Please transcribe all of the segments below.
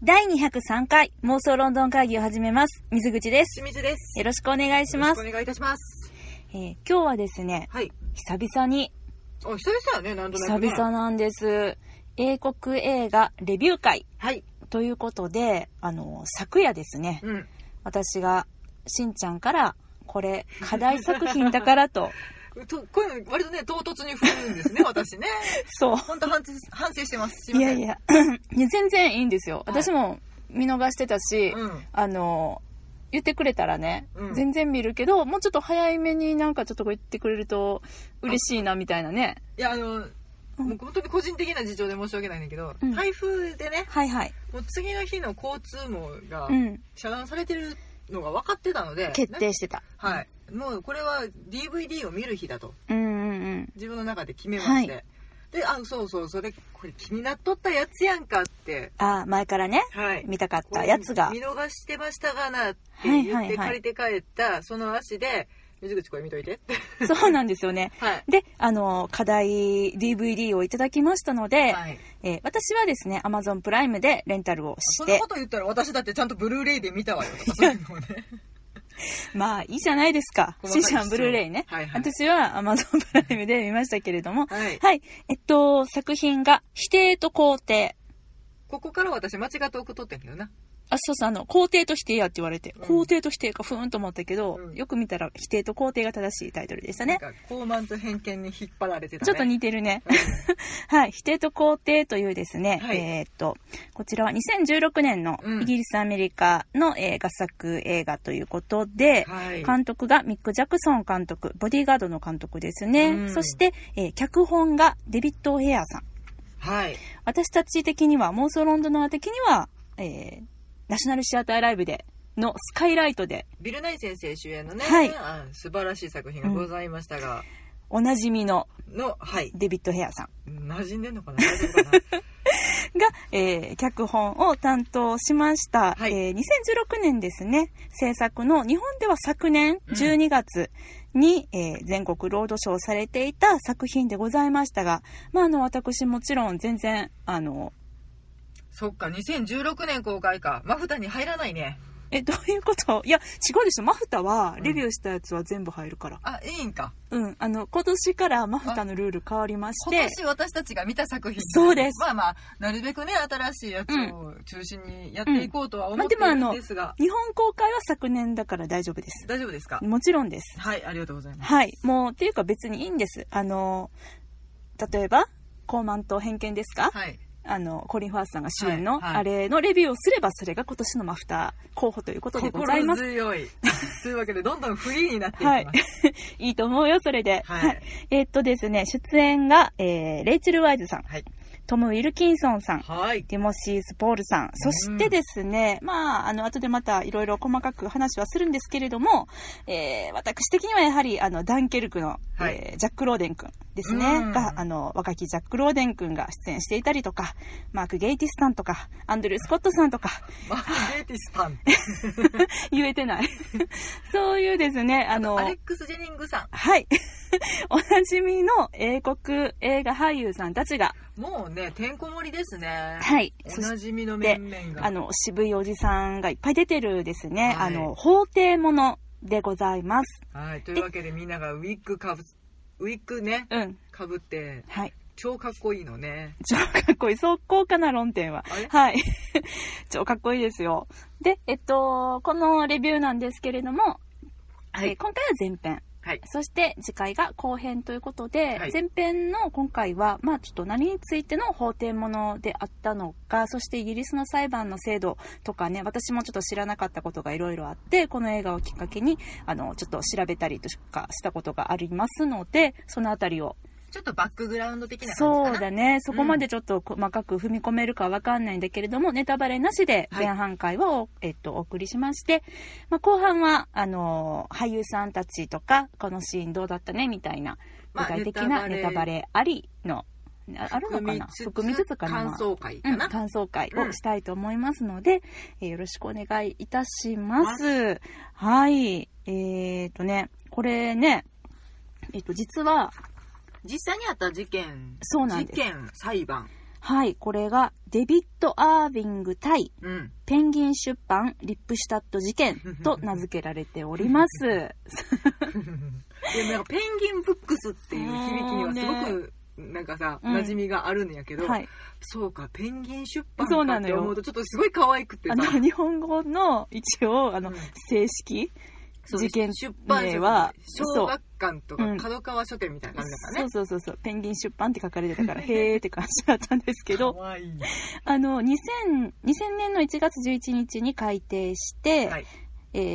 第203回妄想ロンドン会議を始めます。水口です。 清水です。 よろしくお願いします。 よろしくお願いいたします。 今日はですね、 はい、 久々に久々やね、なんとなくね。 久々なんです。英国映画レビュー会、 はい、 ということで昨夜ですね、私がしんちゃんからこれ課題作品だからとこういうの割とね唐突に振るんですね私ね。 そう本当反省してます。すいません。 いや全然いいんですよ、はい、私も見逃してたし、言ってくれたらね、全然見るけどもうちょっと早めになんかちょっと言ってくれると嬉しいなみたいなね。 いやもう本当に個人的な事情で申し訳ないんだけど、台風でね、もう次の日の交通網が遮断されてるのが分かってたので、 決定してた、 はい、もうこれは DVD を見る日だと、自分の中で決めまして、でそうそれこれ気になっとったやつやんかって前からね、見たかったやつが見逃してましたがなって言って借りて帰ったその足で水口これ見といてそうなんですよね、で課題 DVD をいただきましたので、私はですね Amazon プライムでレンタルをして、 そんなこと言ったら私だってちゃんとブルーレイで見たわよとかそういうのをねまあいいじゃないですか。シーシャンブルーレイね、私は Amazon プライムで見ましたけれども、作品が否定と肯定。 ここから私間違って送っとってんけどな。 そう肯定と否定やって言われて、肯定と否定かふーんと思ったけど、よく見たら否定と肯定が正しいタイトルでしたね。 なんか傲慢と偏見に引っ張られてたね。 ちょっと似てるね、否定と肯定というですね、こちらは2016年のイギリスアメリカの合作映画ということで、監督がミック・ジャクソン監督、ボディーガードの監督ですね、そして、脚本がデビッド・ヘアさん、私たち的には妄想ロンドナー的には、ナショナルシアターライブでのスカイライトでビル・ナイ先生主演のね、素晴らしい作品がございましたが、 おなじみのデビッド・ヘアさん、 馴染んでんのかな大丈夫かなが、脚本を担当しました、2016年ですね制作の、日本では昨年12月に、全国ロードショーされていた作品でございましたが、私もちろん全然そっか2016年公開か。マフタに入らないね。 どういうこと？いや違うでしょ。マフタはレビューしたやつは全部入るから、 いいんか。 今年からマフタのルール変わりまして、 今年私たちが見た作品、 そうです。 なるべくね新しいやつを中心にやっていこうとは思っているんですが、 日本公開は昨年だから大丈夫です。 大丈夫ですか？ もちろんです。 ありがとうございます。 もうっていうか別にいいんです。例えば傲慢と偏見ですか、コリン・ファースさんが主演の、あれのレビューをすれば、それが今年のマフタ候補ということでございます。 心強いというわけでどんどんフリーになっていきます、 いいと思うよそれで、ですね、出演が、レイチェル・ワイズさん、トム・ウィルキンソンさん、ティモシー・スポールさん、そしてですね、後でまたいろいろ細かく話はするんですけれども、私的にはやはりダンケルクの、ジャック・ローデン君ですねが、若きジャック・ローデン君が出演していたりとか、マーク・ゲイティスタンとかアンドリュー・スコットさんとか、 マーク・ゲイティスタン言えてないそういうですね、 アレックス・ジェニングさん、 おなじみの英国映画俳優さんたちがもうねてんこ盛りですね。おなじみの面々が渋いおじさんがいっぱい出てるですね、法廷ものでございます。 というわけでみんながウィッグね、かぶって、超かっこいいのね。 超かっこいい。そこかな論点は。超かっこいいですよ。で、このレビューなんですけれども、今回は前編。そして次回が後編ということで、前編の今回はちょっと何についての法廷ものであったのか、そしてイギリスの裁判の制度とかね、私もちょっと知らなかったことがいろいろあって、この映画をきっかけにちょっと調べたりとかしたことがありますので、そのあたりをちょっとバックグラウンド的な感じかな。 そうだね。そこまでちょっと細かく踏み込めるかわかんないんだけれども、ネタバレなしで前半回を、お送りしまして、後半は俳優さんたちとかこのシーンどうだったねみたいな具体的なネタバレありのあるのかな、含みつつかな、 感想会かな、 感想会をしたいと思いますので、よろしくお願いいたします。これね、実は実際にあった事件、 そうなんです。 事件、裁判はい、これがデビッド・アービング対、ペンギン出版リップシュタット事件と名付けられております。いや、 なんかペンギンブックスっていう響きにはすごくなんかさ、馴染みがあるんやけど、はい、そうか、ペンギン出版かって思うとちょっとすごい可愛くてさ、 日本語の一応正式事件名は小学館とか角川書店みたいな感じだからね、 そう、ペンギン出版って書かれてたからへーって感じだったんですけど、2000年の1月11日に改訂して、はい、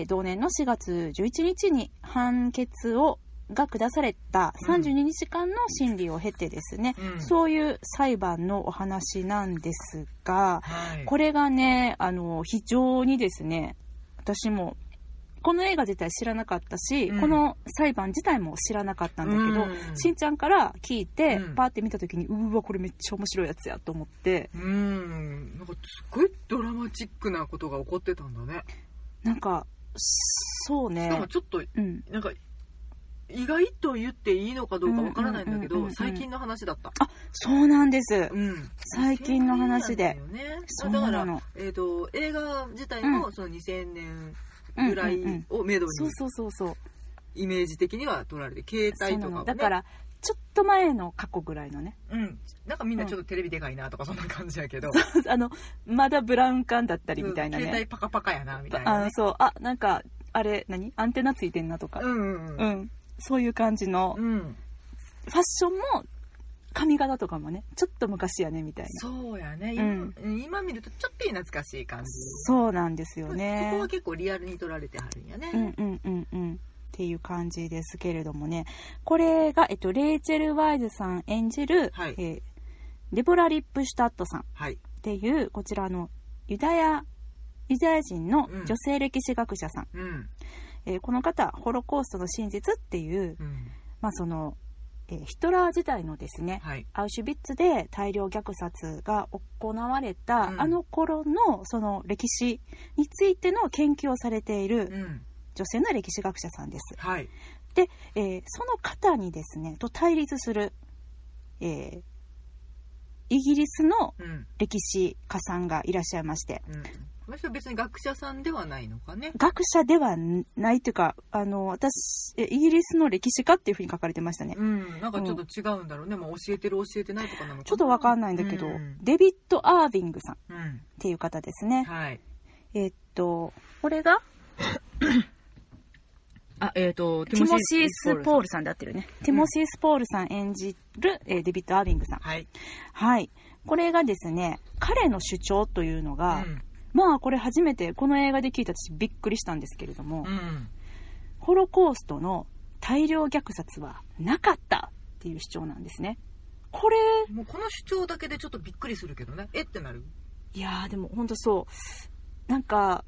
同年の4月11日に判決が下された32日間の審理を経てですね、そういう裁判のお話なんですが、はい、これがね、非常にですね、私もこの映画自体知らなかったし、この裁判自体も知らなかったんだけど、しんちゃんから聞いて、パーって見た時に、うわ、これめっちゃ面白いやつやと思って。 なんかすごいドラマチックなことが起こってたんだね。 なんか、そうね。 なんかちょっと、なんか、意外と言っていいのかどうかわからないんだけど、最近の話だった。 あ、そうなんです。最近の話で。 だから、映画自体もその2000年ぐらいをめどに、 そうイメージ的には取られて、携帯とかもね。 だから、ちょっと前の過去ぐらいのね。 なんかみんなちょっとテレビでかいなとかそんな感じやけど。 まだブラウン管だったりみたいなね。 携帯パカパカやなみたいな、ね。 なんか、あれ、アンテナついてんなとか。そういう感じの、ファッションも髪型とかもね、ちょっと昔やねみたいな。 そうやね、今見るとちょっぴり懐かしい感じ。 そうなんですよね。 そこは結構リアルに撮られてはるんやね。 っていう感じですけれどもね、これが、レイチェル・ワイズさん演じる、はい、デボラ・リップシュタットさんっていう、こちらのユダヤ人の女性歴史学者さん、この方、ホロコーストの真実っていう、ヒトラー時代のですね、はい、アウシュビッツで大量虐殺が行われた、あの頃のその歴史についての研究をされている女性の歴史学者さんです。はい、で、その方にですね、と対立する、イギリスの歴史家さんがいらっしゃいまして、 この人は別に学者さんではないのかね。 学者ではないというか、私、イギリスの歴史家っていうふうに書かれてましたね。 なんかちょっと違うんだろうね。もう教えてる教えてないとかなのかな。 ちょっとわかんないんだけど、デビッド・アービングさんっていう方ですね。はい。これがティモシー・スポールさんで合ってるね。ティモシー・スポールさん演じる、デビッド・アービングさん。はい。はい。これがですね、彼の主張というのが、まあこれ初めてこの映画で聞いた私びっくりしたんですけれども、ホロコーストの大量虐殺はなかったっていう主張なんですね。これもうこの主張だけでちょっとびっくりするけどね。ってなる。 いやーでも本当そうなんか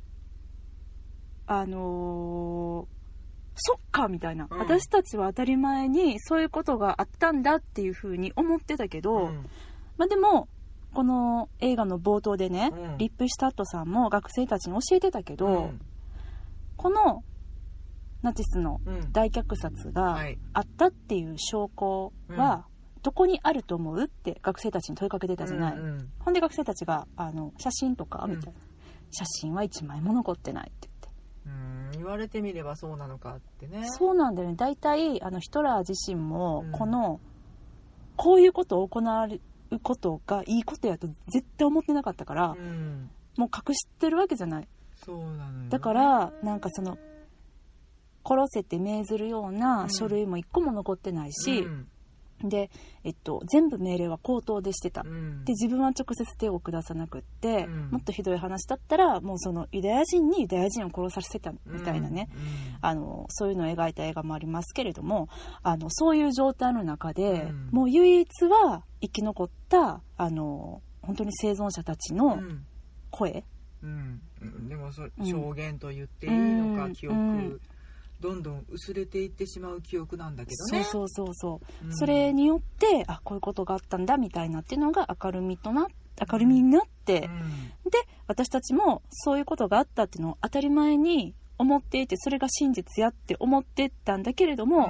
そっかみたいな、私たちは当たり前にそういうことがあったんだっていう風に思ってたけど、まあでもこの映画の冒頭でね、リップシュタットさんも学生たちに教えてたけど、このナチスの大虐殺があったっていう証拠はどこにあると思うって学生たちに問いかけてたじゃない。ほんで学生たちが写真とかみたいな、写真は1枚も残ってないって言って、 言われてみればそうなのかってね。 そうなんだよね。大体ヒトラー自身もこういうことを行われることがいいことやと絶対思ってなかったから、もう隠してるわけじゃない。 そうなのよね。 だからなんか殺せて命ずるような書類も一個も残ってないし、で、全部命令は口頭でしてた、で自分は直接手を下さなくって、もっとひどい話だったらもうそのユダヤ人にユダヤ人を殺させてたみたいなね、そういうのを描いた映画もありますけれども、そういう状態の中で、もう唯一は生き残った本当に生存者たちの声、 でも証言と言っていいのか、記憶、どんどん薄れていってしまう記憶なんだけどね。 そう、それによってこういうことがあったんだみたいなっていうのが明るみになって、で私たちもそういうことがあったっていうのを当たり前に思っていて、それが真実やって思ってたんだけれども、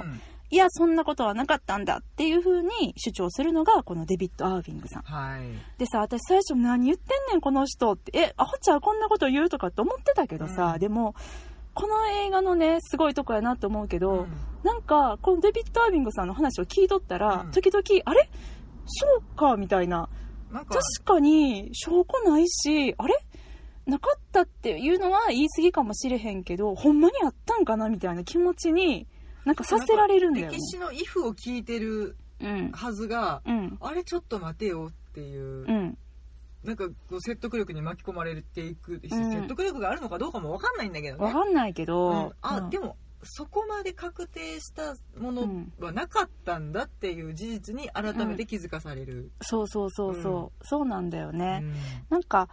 いやそんなことはなかったんだっていう風に主張するのがこのデビッド・アービングさん、 はい、 でさ、私最初何言ってんねんこの人って、アホちゃんこんなこと言うとかって思ってたけどさ、でもこの映画のねすごいとこやなと思うけど、なんかこのデビッド・アービングさんの話を聞いとったら、時々あれそうかみたいな、確かに証拠ないし、あれなかったっていうのは言い過ぎかもしれへんけど、ほんまにあったんかなみたいな気持ちになんかさせられるんだよね。 歴史のイフを聞いてるはずが、あれちょっと待てよっていう、なんかこう説得力に巻き込まれていく、説得力があるのかどうかも分かんないんだけどね。 分かんないけど、 でもそこまで確定したものはなかったんだっていう事実に改めて気づかされる、 そうそうなんだよね、なんか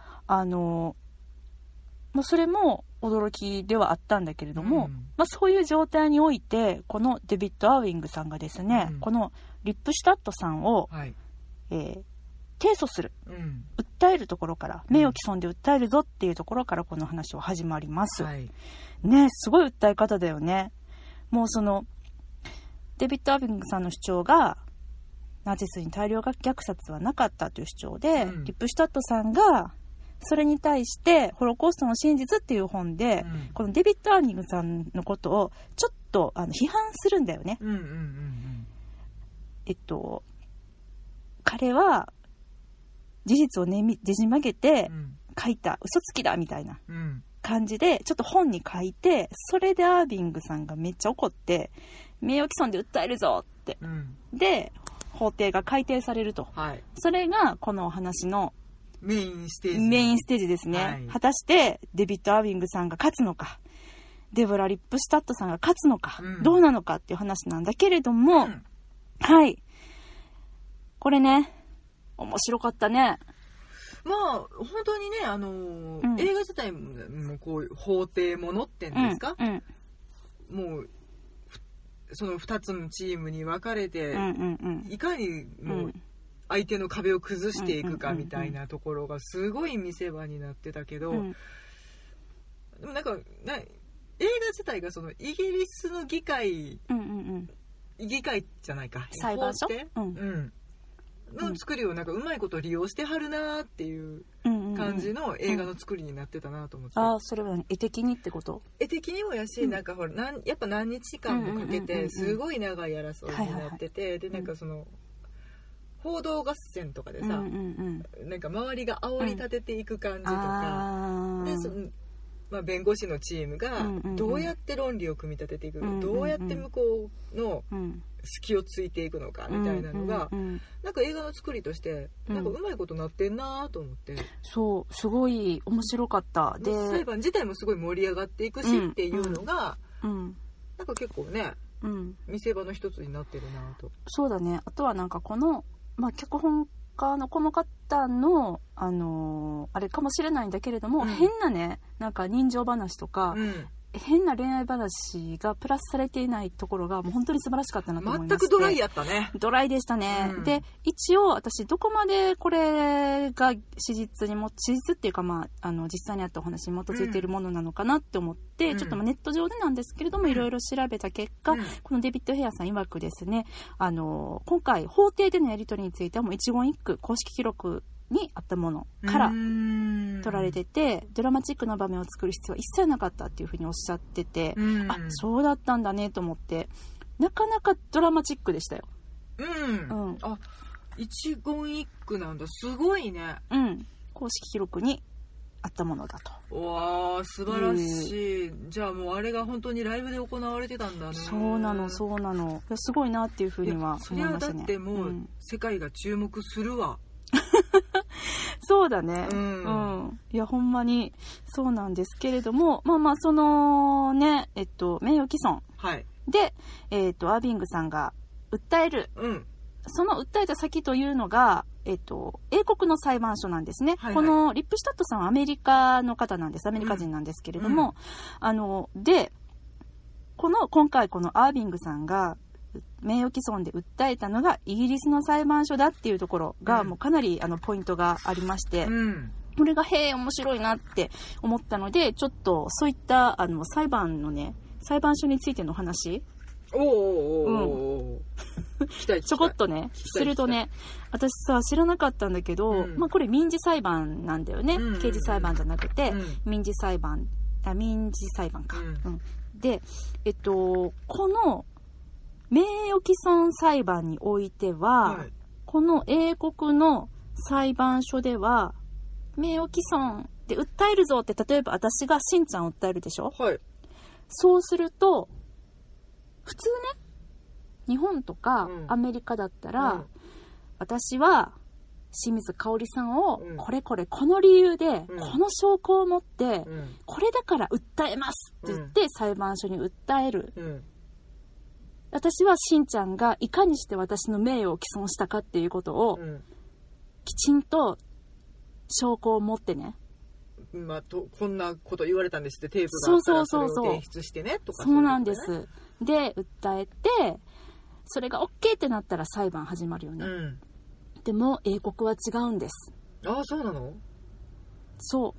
もうそれも驚きではあったんだけれども、そういう状態においてこのデビッド・アーウィングさんがですね、このリップシュタットさんを、提訴する、訴えるところから、名誉毀損で訴えるぞっていうところからこの話は始まります、ね、すごい訴え方だよね。もうそのデビッド・アーウィングさんの主張がナチスに大量虐殺はなかったという主張で、リップシュタットさんがそれに対してホロコーストの真実っていう本で、このデビッド・アーニングさんのことをちょっと批判するんだよね。彼は事実をねじ曲げて書いた嘘つきだみたいな感じでちょっと本に書いて、それでアービングさんがめっちゃ怒って名誉毀損で訴えるぞって、で法廷が改定されると、それがこのお話のメインステージですね、果たしてデビッド・アービングさんが勝つのか、デボラ・リップシュタットさんが勝つのか、どうなのかっていう話なんだけれども、これね面白かったね。 まあ本当にね映画自体もこういう法廷ものってんですか、もうその2つのチームに分かれて、いかにもう相手の壁を崩していくかみたいなところがすごい見せ場になってたけど、でもなんか映画自体がそのイギリスの議会じゃないか、 裁判所の作りをなんかうまいこと利用してはるなっていう感じの映画の作りになってたなと思って、 それは絵的にってこと？ 絵的にもやし、なんかほらやっぱ何日間もかけてすごい長い争いになってて、でなんかその報道合戦とかでさ、なんか周りが煽り立てていく感じとか、で弁護士のチームがどうやって論理を組み立てていくのか、どうやって向こうの隙をついていくのかみたいなのが、なんか映画の作りとしてなんかうまいことなってんなと思って、 そうすごい面白かった。 で裁判自体もすごい盛り上がっていくしっていうのが、なんか結構ね、見せ場の一つになってるなと。 そうだね。あとはなんかこの脚本家のこの方のあれかもしれないんだけれども、変なねなんか人情話とか、変な恋愛話がプラスされていないところがもう本当に素晴らしかったなと思いまして、 全くドライやったね。 ドライでしたね、で一応私どこまでこれが史実っていうか、実際にあったお話に基づいているものなのかなって思って、ちょっとネット上でなんですけれどもいろいろ調べた結果、このデビッド・ヘアさん曰くですね、今回法廷でのやり取りについてはもう一言一句公式記録にあったものから取られてて、ドラマチックな場面を作る必要は一切なかったっていうふうにおっしゃってて、そうだったんだねと思って、なかなかドラマチックでしたよ。 一言一句なんだ、すごいね。 公式記録にあったものだと。 わー素晴らしい、じゃあもうあれが本当にライブで行われてたんだね。 そうなのすごいなっていうふうには思いましたね。 それはだってもう、世界が注目するわ。 そうだね、いやほんまにそうなんですけれども、そのね名誉毀損で、アービングさんが訴える、その訴えた先というのが、英国の裁判所なんですね、このリップシュタットさんはアメリカの方なんです、アメリカ人なんですけれども、で今回このアービングさんが名誉毀損で訴えたのがイギリスの裁判所だっていうところが、もうかなりポイントがありまして、これが面白いなって思ったので、ちょっとそういった裁判所についての話ちょこっとねするとね、私さ知らなかったんだけど、これ民事裁判なんだよね、刑事裁判じゃなくて、民事裁判か、でこの名誉毀損裁判においては、この英国の裁判所では名誉毀損で訴えるぞって、例えば私がしんちゃんを訴えるでしょ、そうすると普通ね、日本とかアメリカだったら、私は清水香織さんをこれこれこの理由で、この証拠を持って、これだから訴えますって言って裁判所に訴える、私はしんちゃんがいかにして私の名誉を毀損したかっていうことを、きちんと証拠を持ってね、 こんなこと言われたんですってテープがあったらそれを提出してねとか、 そうなんです。で訴えて、それが OK ってなったら裁判始まるよね、でも英国は違うんです。 そうなの？ そう、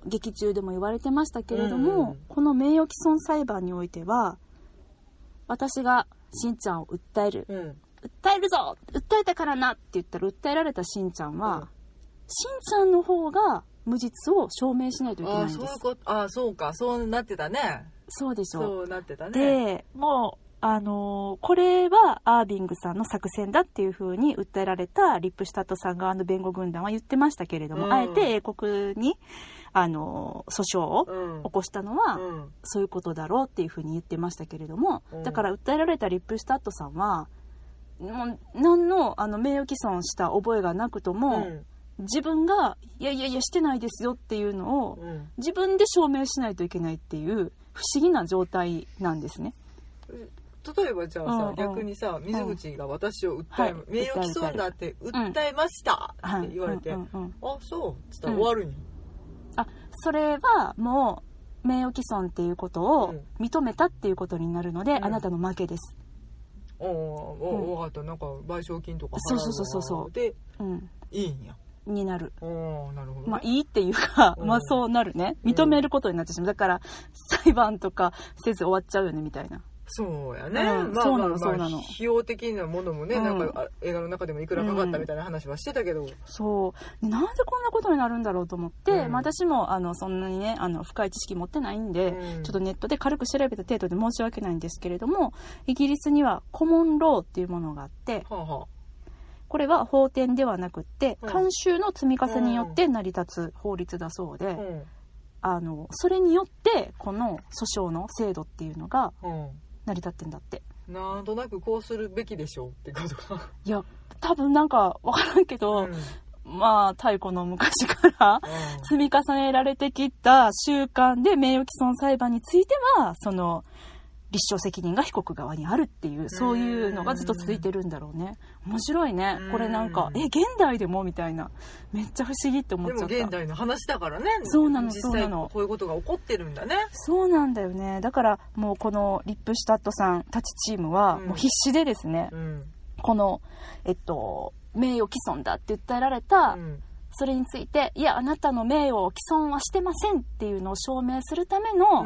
劇中でも言われてましたけれども、この名誉毀損裁判においては、私がしんちゃんを訴える、訴えるぞ、訴えたからなって言ったら、訴えられたしんちゃんは、しんちゃんの方が無実を証明しないといけないんです。 そうか、そうなってたね。 そうでしょ。 そうなってたね。 で、もうこれはアービングさんの作戦だっていう風に訴えられたリップシュタットさん側の弁護軍団は言ってましたけれども、あえて英国に訴訟を起こしたのは、そういうことだろうっていう風に言ってましたけれども、だから訴えられたリップシュタットさんはもう何の名誉毀損した覚えがなくとも、自分がいやしてないですよっていうのを、自分で証明しないといけないっていう不思議な状態なんですね。 例えばじゃあさ、逆にさ、水口が私を名誉毀損だって訴えましたって言われて、そうっつったら終わるに、 それはもう名誉毀損っていうことを認めたっていうことになるので、あなたの負けです。 分かった。なんか賠償金とか払うそうで、いいんやになる。 なるほどね。 いいっていうか、そうなるね。認めることになってしまう。だから裁判とかせず終わっちゃうよねみたいな。 そうやね。 そうなの。 費用的なものもね、なんか映画の中でもいくらかかったみたいな話はしてたけど、 そうなんでこんなことになるんだろうと思って、私もそんなにね深い知識持ってないんで、ちょっとネットで軽く調べた程度で申し訳ないんですけれども、イギリスにはコモンローっていうものがあって、これは法典ではなくって、慣習の積み重ねによって成り立つ法律だそうで、それによってこの訴訟の制度っていうのが成り立ってんだって。 なんとなくこうするべきでしょうってことか。いや多分なんか分からんけど、太古の昔から積み重ねられてきた習慣で、名誉毀損裁判についてはその立証責任が被告側にあるっていう、そういうのがずっと続いてるんだろうね。面白いねこれ。なんか現代でもみたいな、めっちゃ不思議って思っちゃった。 でも現代の話だからね。 そうなの。 実際こういうことが起こってるんだね。 そうなんだよね。だからもうこのリップシュタットさんたちチームはもう必死でですね、この名誉毀損だって訴えられた、それについて、いやあなたの名誉を毀損はしてませんっていうのを証明するための、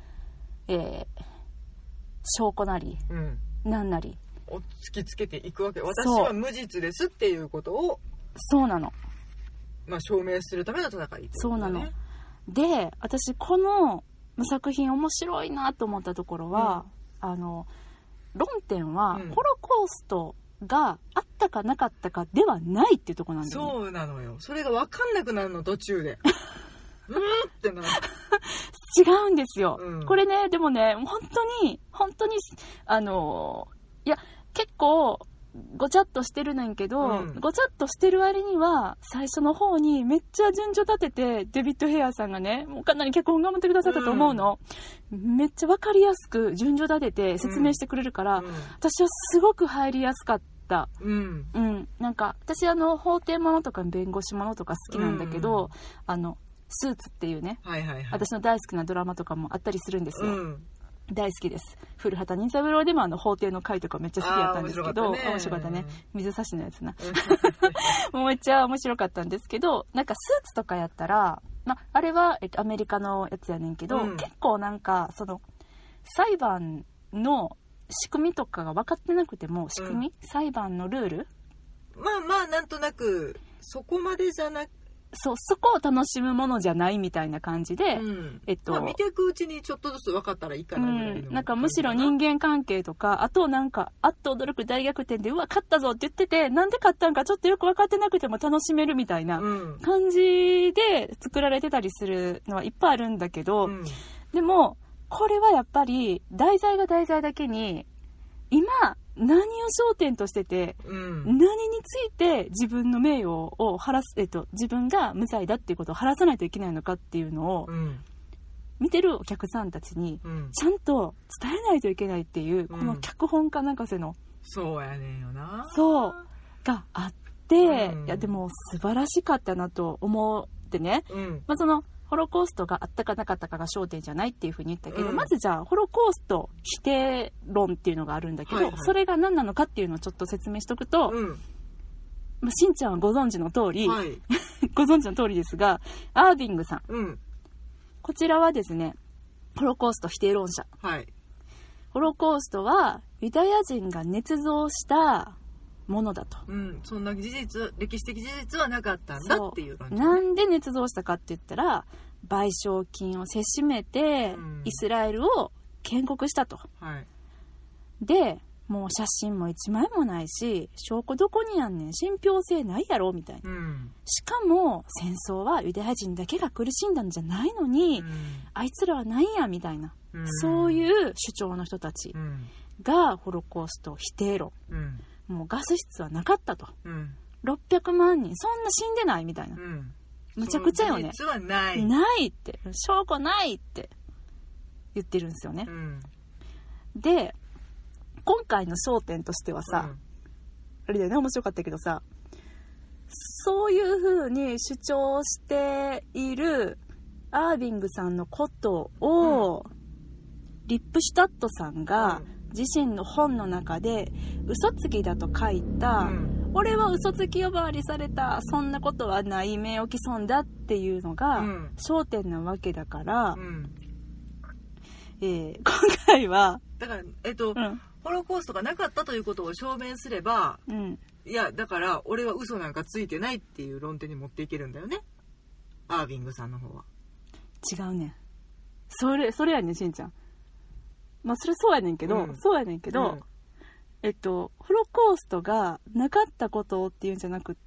証拠なり、なんなりを突きつけていくわけ。私は無実ですっていうことを、 そうなの、 証明するための戦いってことだね。 そうなの。で、私この作品面白いなと思ったところは、論点は、ホロコーストがあったかなかったかではないっていうところなんだよね。 そうなのよ。それが分かんなくなるの、途中でってなる違うんですよ、これね。でもね、本当にいや結構ごちゃっとしてるねんけど、ごちゃっとしてる割には最初の方にめっちゃ順序立てて、デビッド・ヘアさんがね、もうかなり脚本頑張ってくださったと思うの、めっちゃ分かりやすく順序立てて説明してくれるから、私はすごく入りやすかった。なんか私法廷ものとか弁護士ものとか好きなんだけど、スーツっていうね、私の大好きなドラマとかもあったりするんですよ、大好きです。古畑任三郎でも法廷の回とかめっちゃ好きだったんですけど、面白かったね。水差しのやつなもうめっちゃ面白かったんですけど、なんかスーツとかやったら、あれは、アメリカのやつやねんけど、結構なんかその裁判の仕組みとかが分かってなくても、仕組み、裁判のルール、 まあなんとなくそこまでじゃなく、 そこを楽しむものじゃないみたいな感じで、 見ていくうちにちょっとずつ分かったらいいかなぐらいの、 なんかむしろ人間関係とか、あとなんかあっと驚く大逆転で、うわ勝ったぞって言ってて、なんで勝ったんかちょっとよく分かってなくても楽しめるみたいな感じで作られてたりするのはいっぱいあるんだけど、でもこれはやっぱり題材が題材だけに、今何を焦点としてて、何について自分の名誉を晴らす、自分が無罪だっていうことを晴らさないといけないのかっていうのを、見てるお客さんたちにちゃんと伝えないといけないっていう、この脚本家泣かせの、 そうやねんよな、 そうがあって、いやでも素晴らしかったなと思ってね、そのホロコーストがあったかなかったかが焦点じゃないっていうふうに言ったけど、まずじゃあホロコースト否定論っていうのがあるんだけど、それが何なのかっていうのをちょっと説明しとくと、しんちゃんはご存知の通り、ご存知の通りですが、アービングさん、こちらはですね、ホロコースト否定論者、ホロコーストはユダヤ人が捏造したものだと、 そんな事実、歴史的事実はなかったんだっていう感じ、 なんで捏造したかって言ったら、賠償金をせしめて、イスラエルを建国したと、でもう写真も一枚もないし、証拠どこにあんねん、信憑性ないやろみたいな、しかも戦争はユダヤ人だけが苦しんだんじゃないのに、あいつらはなんやみたいな、そういう主張の人たちがホロコースト否定論、もうガス室はなかったと、600万人そんな死んでないみたいな、むちゃくちゃよね、 実はないって、証拠ないって言ってるんですよね、で今回の焦点としてはさ、あれだよね、面白かったけどさ、そういう風に主張しているアービングさんのことを、リップシュタットさんが自身の本の中で嘘つきだと書いた、俺は嘘つき呼ばわりされた、そんなことはない名誉毀損だっていうのが焦点なわけだから、今回はだからホロコーストがなかったということを証明すれば、いやだから俺は嘘なんかついてないっていう論点に持っていけるんだよね、アービングさんの方は。 違うねん、それやねんしんちゃん、それそうやねんけど、ホロコーストがなかったことっていうんじゃなくって、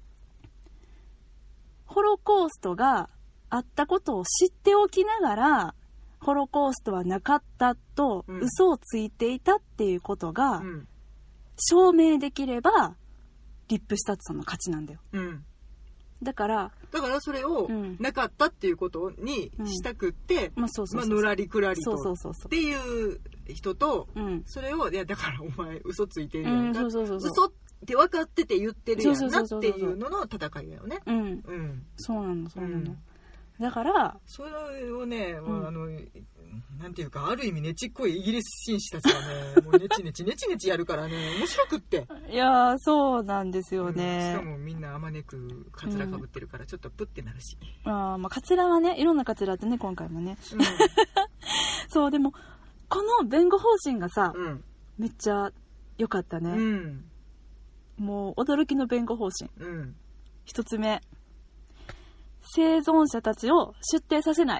ホロコーストがあったことを知っておきながら、ホロコーストはなかったと嘘をついていたっていうことが証明できれば、リップシュタットさんの勝ちなんだよ、だからそれをなかったっていうことにしたくって、のらりくらりとっていう人と、それをいやだからお前嘘ついてるやんか、嘘って分かってて言ってるやんなっていうのの戦いだよね。 そうなの、だからそれをね、なんていうか、ある意味ねちっこいイギリス紳士たちがねもうネチネチやるからね、面白くって。 いやそうなんですよね、 しかもみんなあまねくカツラかぶってるからちょっとプッてなるし、 カツラはね、いろんなカツラってね今回もね、そう、でもこの弁護方針がさ、めっちゃ良かったね、もう驚きの弁護方針、一つ目、生存者たちを出廷させない。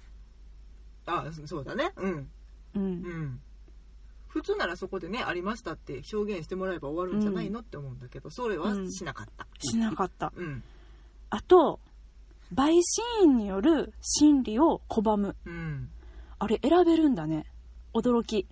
そうだね、普通ならそこでねありましたって表現してもらえば終わるんじゃないのって思うんだけど、それはしなかった、あと陪審員による審理を拒む、あれ選べるんだね、驚き。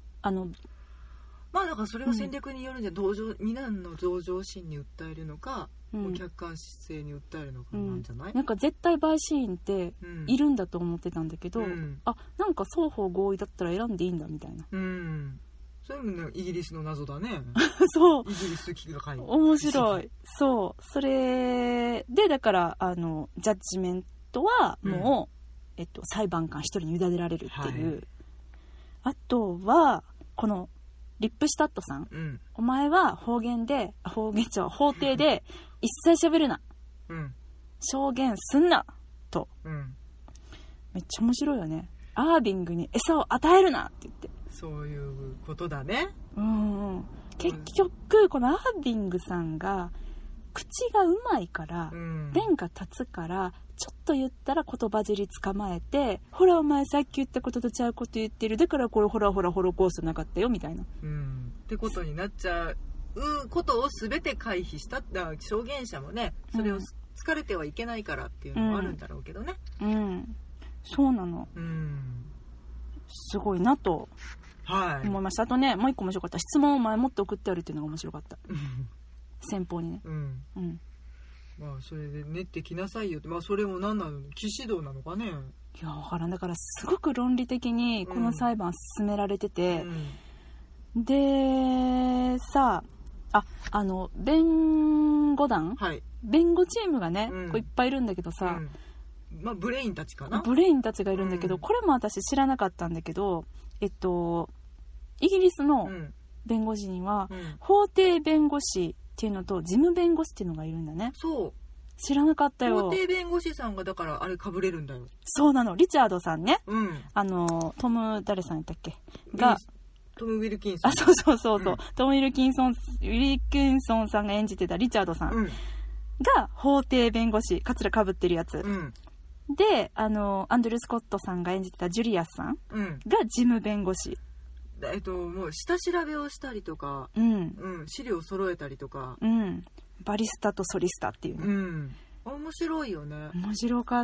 だからそれは戦略によるんじゃ、皆の同情心に訴えるのか、客観性に訴えるのかなんじゃない、 なんか絶対陪審員っているんだと思ってたんだけど、なんか双方合意だったら選んでいいんだみたいな、 それもねイギリスの謎だねそう、 イギリス機が書いて面白い。そう、それでだからジャッジメントはもう、裁判官一人に委ねられるっていう、あとはこのリップシュタットさん、お前は法廷で一切喋るな、証言すんなと、めっちゃ面白いよね。アービングに餌を与えるなって言って、 そういうことだね。 結局このアービングさんが口がうまいから、弁が立つから、ちょっと言ったら言葉尻捕まえて、ほらお前さっき言ったこととちゃうこと言ってる、だからこれほらホロコーストなかったよみたいな、 ってことになっちゃうことを全て回避した証言者もね、それを疲れてはいけないからっていうのもあるんだろうけどね。 そうなの。すごいなと思いました。あとね、もう一個面白かった、質問を前もって送ってあるっていうのが面白かった。先方にね。 まあそれで練ってきなさいよって、まあそれも何なの、騎士道なのかね。 いや分からん。だからすごく論理的にこの裁判進められてて、でさ弁護団、弁護チームがね、こういっぱいいるんだけどさ、 まあブレインたちかな。 ブレインたちがいるんだけど、これも私知らなかったんだけど、イギリスの弁護士には、法廷弁護士っていうのと事務弁護士っていうのがいるんだね。 そう。 知らなかったよ。 法廷弁護士さんがだからあれ被れるんだよ。 そうなの。リチャードさんね。トム誰さんやったっけが。 トム・ウィルキンソン。 そう、トム・ウィルキンソンさんが演じてたリチャードさんが法廷弁護士、カツラ被ってるやつ。で、アンドル・スコットさんが演じてたジュリアスさんが事務弁護士。 もう下調べをしたりとか、資料を揃えたりとか、 バリスタとソリスタっていうね、 面白いよね。 面白かった。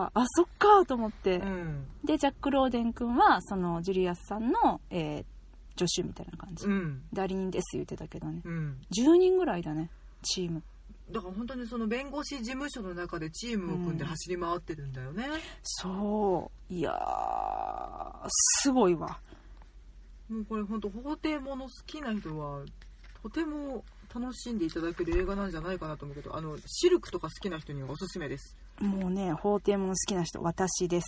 そっかと思って、でジャック・ローデン君はそのジュリアスさんの、助手みたいな感じ、代理人です言ってたけどね、10人ぐらいだねチームだから本当にその弁護士事務所の中でチームを組んで走り回ってるんだよね。 そう、いやーすごいわ。 もうこれ本当法廷もの好きな人はとても楽しんでいただける映画なんじゃないかなと思うけど、シルクとか好きな人にはおすすめです。 もうね、法廷もの好きな人私です、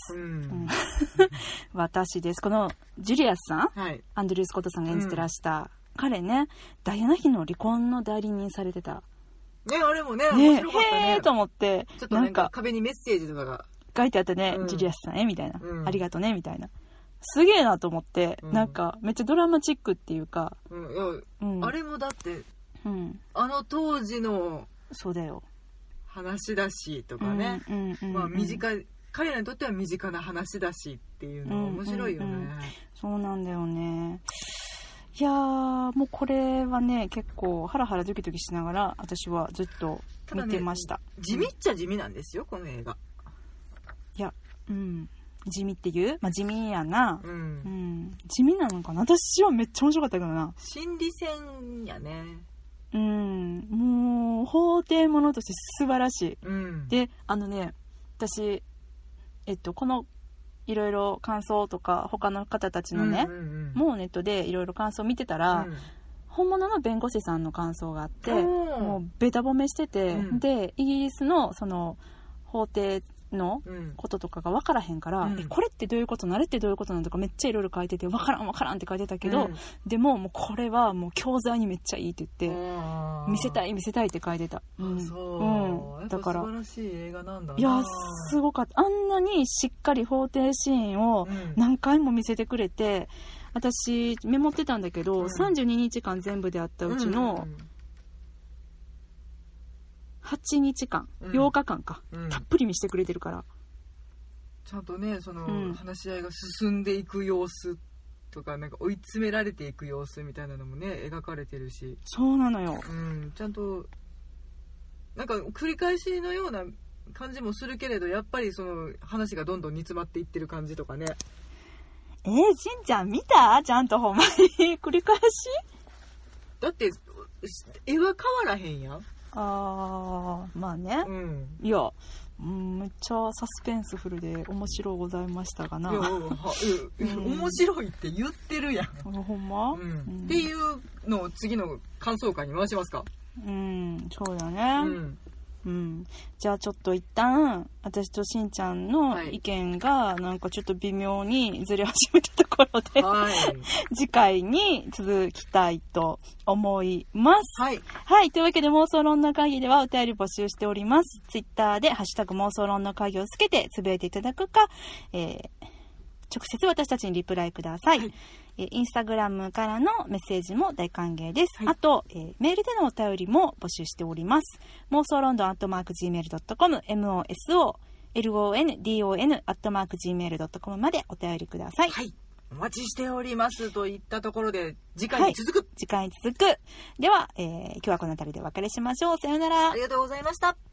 私です。このジュリアスさん、アンドリュー・スコットさんが演じてらした、彼ね、ダイアナ妃の離婚の代理人されてたね。あれもね面白かったね。 と思って、 ちょっとなんか壁にメッセージとかが書いてあったね、ジュリアスさんみたいな、ありがとねみたいな。すげえなと思って、なんかめっちゃドラマチックっていうか、あれもだって、当時のそうだよ話だしとかね、まあ彼らにとっては身近な話だしっていうのが面白いよね。 そうなんだよね。いやーもうこれはね結構ハラハラドキドキしながら私はずっと見てました。 地味っちゃ地味なんですよこの映画。 いや地味っていう、地味やな、地味なのかな。私はめっちゃ面白かったけどな。 心理戦やね。 もう法廷ものとして素晴らしい、で私このいろいろ感想とか他の方たちのね、もうネットでいろいろ感想見てたら、本物の弁護士さんの感想があって、もうベタ褒めしてて、でイギリスのその法廷のこととかが分からへんから、これってどういうことな、あれってどういうことなのとかめっちゃいろいろ書いてて、分からんって書いてたけど、でももうこれはもう教材にめっちゃいいって言って見せたいって書いてた。だから素晴らしい映画なんだな。 いやすごかった。あんなにしっかり法廷シーンを何回も見せてくれて、私メモってたんだけど、32日間全部であったうちの、8日間、8日間か、たっぷり見せてくれてるから、 ちゃんとねその、話し合いが進んでいく様子とか、なんか追い詰められていく様子みたいなのもね描かれてるし。 そうなのよ、 ちゃんとなんか繰り返しのような感じもするけれど、やっぱりその話がどんどん煮詰まっていってる感じとかね。 しんちゃん見た？ちゃんとほんまに繰り返し？ だって絵は変わらへんやん。 まあね、いや、めっちゃサスペンスフルで面白いございましたがな。 面白いって言ってるやん。 ほんま、 っていうのを次の感想会に回しますか。 そうだね。じゃあちょっと一旦私としんちゃんの意見がなんかちょっと微妙にずれ始めたところで、次回に続きたいと思います。はい、というわけで妄想論の会議ではお便り募集しております。ツイッターでハッシュタグ妄想論の会議をつけてつぶやいていただくか、 直接私たちにリプライください。インスタグラムからのメッセージも大歓迎です。あと、メールでのお便りも募集しております。妄想ロンドン@gmail.com MOSOLONDON@gmail.com までお便りください。 お待ちしておりますといったところで、次回に続く。 次回に続く。では、今日はこの辺りでお別れしましょう。さようなら。 ありがとうございました。